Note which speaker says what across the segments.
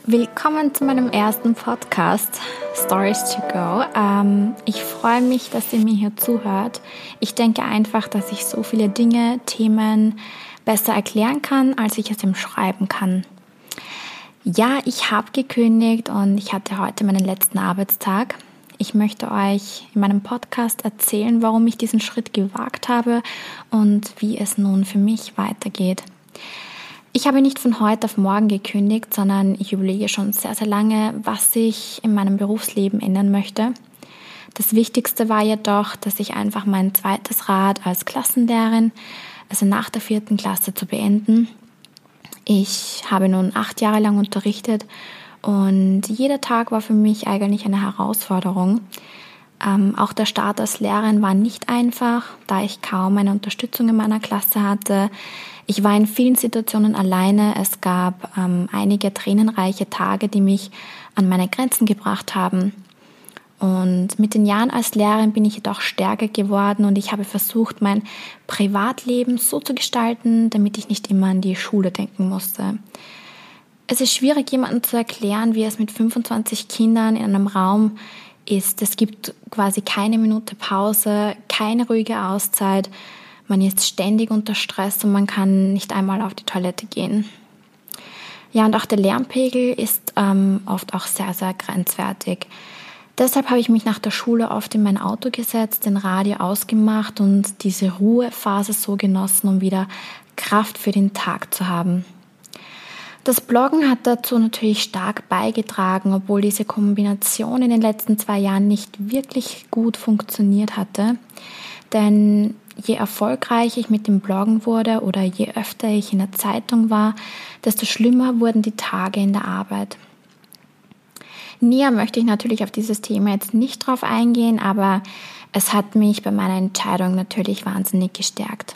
Speaker 1: Willkommen zu meinem ersten Podcast, Stories to Go. Ich freue mich, dass ihr mir hier zuhört. Ich denke einfach, dass ich so viele Dinge, Themen besser erklären kann, als ich es im Schreiben kann. Ja, ich habe gekündigt und ich hatte heute meinen letzten Arbeitstag. Ich möchte euch in meinem Podcast erzählen, warum ich diesen Schritt gewagt habe und wie es nun für mich weitergeht. Ich habe nicht von heute auf morgen gekündigt, sondern ich überlege schon sehr, sehr lange, was ich in meinem Berufsleben ändern möchte. Das Wichtigste war jedoch, dass ich einfach mein zweites Rad als Klassenlehrerin, also nach der 4. Klasse, zu beenden. Ich habe nun 8 Jahre lang unterrichtet und jeder Tag war für mich eigentlich eine Herausforderung. Auch der Start als Lehrerin war nicht einfach, da ich kaum eine Unterstützung in meiner Klasse hatte. Ich war in vielen Situationen alleine. Es gab einige tränenreiche Tage, die mich an meine Grenzen gebracht haben. Und mit den Jahren als Lehrerin bin ich jedoch stärker geworden und ich habe versucht, mein Privatleben so zu gestalten, damit ich nicht immer an die Schule denken musste. Es ist schwierig, jemandem zu erklären, wie es mit 25 Kindern in einem Raum ist. Es gibt quasi keine Minute Pause, keine ruhige Auszeit. Man ist ständig unter Stress und man kann nicht einmal auf die Toilette gehen. Ja, und auch der Lärmpegel ist oft auch sehr, sehr grenzwertig. Deshalb habe ich mich nach der Schule oft in mein Auto gesetzt, den Radio ausgemacht und diese Ruhephase so genossen, um wieder Kraft für den Tag zu haben. Das Bloggen hat dazu natürlich stark beigetragen, obwohl diese Kombination in den letzten 2 Jahren nicht wirklich gut funktioniert hatte. Denn je erfolgreicher ich mit dem Bloggen wurde oder je öfter ich in der Zeitung war, desto schlimmer wurden die Tage in der Arbeit. Näher möchte ich natürlich auf dieses Thema jetzt nicht drauf eingehen, aber es hat mich bei meiner Entscheidung natürlich wahnsinnig gestärkt.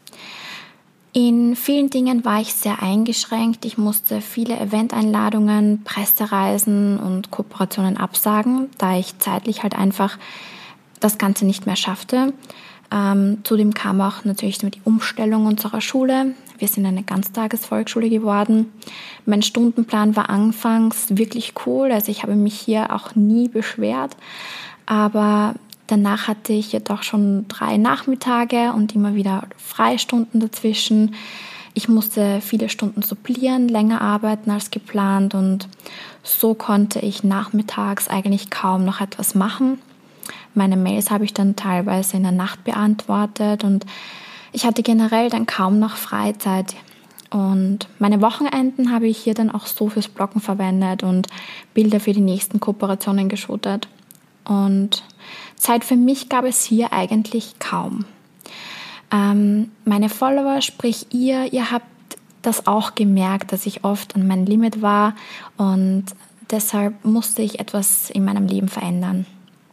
Speaker 1: In vielen Dingen war ich sehr eingeschränkt. Ich musste viele Eventeinladungen, Pressereisen und Kooperationen absagen, da ich zeitlich halt einfach das Ganze nicht mehr schaffte. Zudem kam auch natürlich die Umstellung unserer Schule. Wir sind eine Ganztagesvolksschule geworden. Mein Stundenplan war anfangs wirklich cool, also ich habe mich hier auch nie beschwert, aber danach hatte ich jedoch schon 3 Nachmittage und immer wieder Freistunden dazwischen. Ich musste viele Stunden supplieren, länger arbeiten als geplant und so konnte ich nachmittags eigentlich kaum noch etwas machen. Meine Mails habe ich dann teilweise in der Nacht beantwortet und ich hatte generell dann kaum noch Freizeit. Und meine Wochenenden habe ich hier dann auch so fürs Bloggen verwendet und Bilder für die nächsten Kooperationen geshootet. Und Zeit für mich gab es hier eigentlich kaum. Meine Follower, sprich ihr habt das auch gemerkt, dass ich oft an mein Limit war und deshalb musste ich etwas in meinem Leben verändern.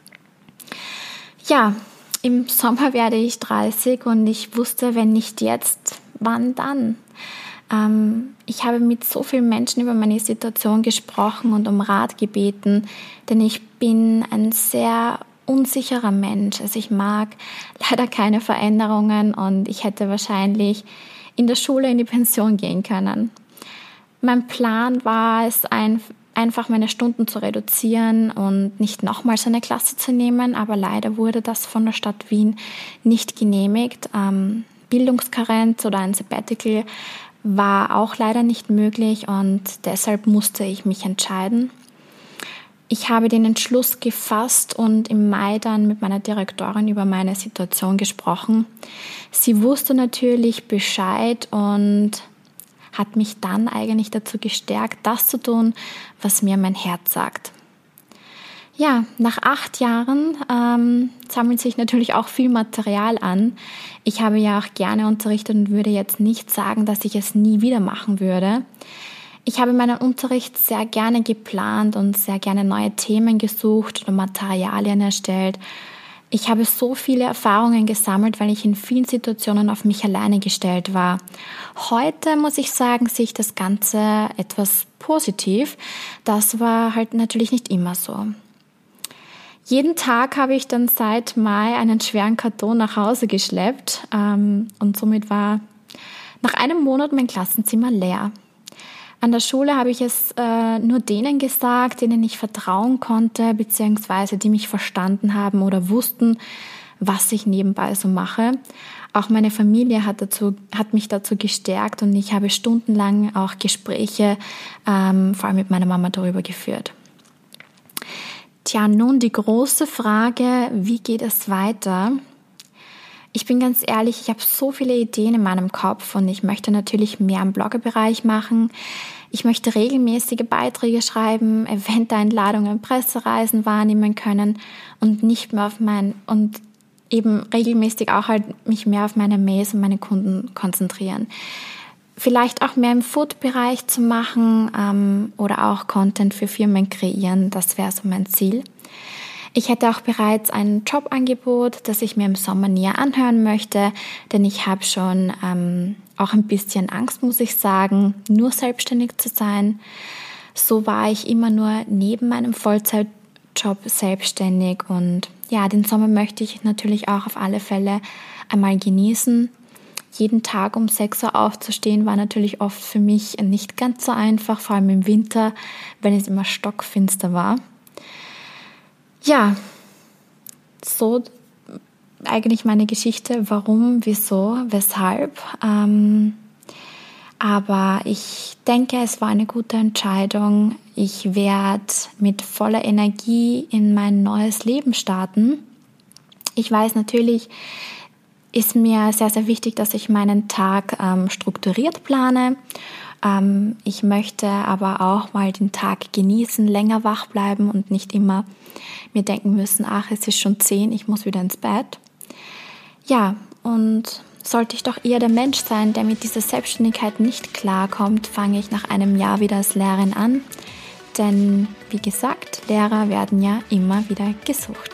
Speaker 1: Ja, im Sommer werde ich 30 und ich wusste, wenn nicht jetzt, wann dann? Ich habe mit so vielen Menschen über meine Situation gesprochen und um Rat gebeten, denn ich bin ein sehr unsicherer Mensch. Also ich mag leider keine Veränderungen und ich hätte wahrscheinlich in der Schule in die Pension gehen können. Mein Plan war es, einfach meine Stunden zu reduzieren und nicht nochmals eine Klasse zu nehmen, aber leider wurde das von der Stadt Wien nicht genehmigt. Bildungskarenz oder ein Sabbatical war auch leider nicht möglich und deshalb musste ich mich entscheiden. Ich habe den Entschluss gefasst und im Mai dann mit meiner Direktorin über meine Situation gesprochen. Sie wusste natürlich Bescheid und hat mich dann eigentlich dazu gestärkt, das zu tun, was mir mein Herz sagt. Ja, nach 8 Jahren sammelt sich natürlich auch viel Material an. Ich habe ja auch gerne unterrichtet und würde jetzt nicht sagen, dass ich es nie wieder machen würde. Ich habe meinen Unterricht sehr gerne geplant und sehr gerne neue Themen gesucht oder Materialien erstellt. Ich habe so viele Erfahrungen gesammelt, weil ich in vielen Situationen auf mich alleine gestellt war. Heute, muss ich sagen, sehe ich das Ganze etwas positiv. Das war halt natürlich nicht immer so. Jeden Tag habe ich dann seit Mai einen schweren Karton nach Hause geschleppt und somit war nach einem Monat mein Klassenzimmer leer. An der Schule habe ich es nur denen gesagt, denen ich vertrauen konnte, beziehungsweise die mich verstanden haben oder wussten, was ich nebenbei so mache. Auch meine Familie hat mich dazu gestärkt und ich habe stundenlang auch Gespräche, vor allem mit meiner Mama, darüber geführt. Tja, nun die große Frage, wie geht es weiter? Ich bin ganz ehrlich, ich habe so viele Ideen in meinem Kopf und ich möchte natürlich mehr im Bloggerbereich machen. Ich möchte regelmäßige Beiträge schreiben, Eventeinladungen, Pressereisen wahrnehmen können und nicht mehr und eben regelmäßig auch halt mich mehr auf meine Mails und meine Kunden konzentrieren. Vielleicht auch mehr im Food-Bereich zu machen oder auch Content für Firmen kreieren, das wäre so mein Ziel. Ich hätte auch bereits ein Jobangebot, das ich mir im Sommer näher anhören möchte, denn ich habe schon auch ein bisschen Angst, muss ich sagen, nur selbstständig zu sein. So war ich immer nur neben meinem Vollzeitjob selbstständig und ja, den Sommer möchte ich natürlich auch auf alle Fälle einmal genießen. Jeden Tag um 6 Uhr aufzustehen war natürlich oft für mich nicht ganz so einfach, vor allem im Winter, wenn es immer stockfinster war. Ja, so eigentlich meine Geschichte, warum, wieso, weshalb. Aber ich denke, es war eine gute Entscheidung. Ich werde mit voller Energie in mein neues Leben starten. Ich weiß natürlich, ist mir sehr, sehr wichtig, dass ich meinen Tag strukturiert plane. Ich möchte aber auch mal den Tag genießen, länger wach bleiben und nicht immer mir denken müssen, ach, es ist schon 10, ich muss wieder ins Bett. Ja, und sollte ich doch eher der Mensch sein, der mit dieser Selbstständigkeit nicht klarkommt, fange ich nach einem Jahr wieder als Lehrerin an. Denn, wie gesagt, Lehrer werden ja immer wieder gesucht.